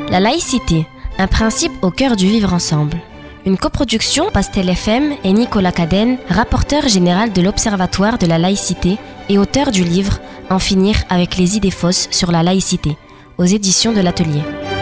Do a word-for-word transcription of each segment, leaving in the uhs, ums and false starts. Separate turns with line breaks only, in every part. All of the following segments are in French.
La laïcité, un principe au cœur du vivre ensemble. Une coproduction Pastel F M et Nicolas Cadenne, rapporteur général de l'Observatoire de la laïcité et auteur du livre « En finir avec les idées fausses sur la laïcité » aux éditions de l'Atelier.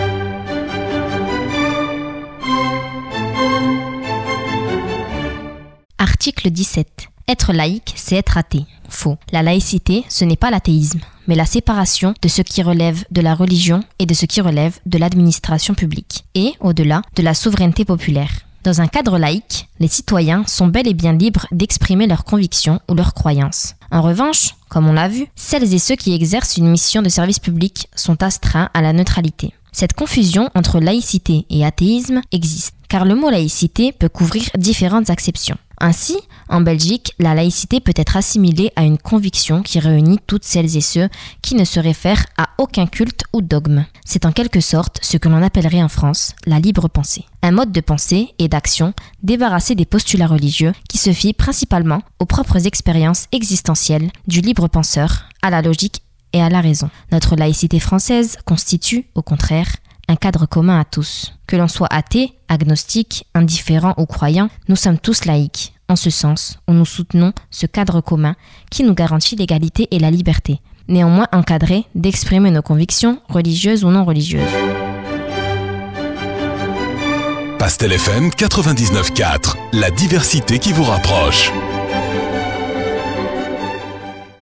Article dix-sept. Être laïque, c'est être athée. Faux. La laïcité, ce n'est pas l'athéisme, mais la séparation de ce qui relève de la religion et de ce qui relève de l'administration publique, et, au-delà, de la souveraineté populaire. Dans un cadre laïque, les citoyens sont bel et bien libres d'exprimer leurs convictions ou leurs croyances. En revanche, comme on l'a vu, celles et ceux qui exercent une mission de service public sont astreints à la neutralité. Cette confusion entre laïcité et athéisme existe, car le mot laïcité peut couvrir différentes acceptions. Ainsi, en Belgique, la laïcité peut être assimilée à une conviction qui réunit toutes celles et ceux qui ne se réfèrent à aucun culte ou dogme. C'est en quelque sorte ce que l'on appellerait en France la libre pensée. Un mode de pensée et d'action débarrassé des postulats religieux qui se fie principalement aux propres expériences existentielles du libre penseur, à la logique et à la raison. Notre laïcité française constitue, au contraire, un cadre commun à tous. Que l'on soit athée, agnostique, indifférent ou croyant, nous sommes tous laïcs, en ce sens où nous soutenons ce cadre commun qui nous garantit l'égalité et la liberté, néanmoins encadré d'exprimer nos convictions religieuses ou non religieuses.
Pastel F M quatre-vingt-dix-neuf virgule quatre, la diversité qui vous rapproche.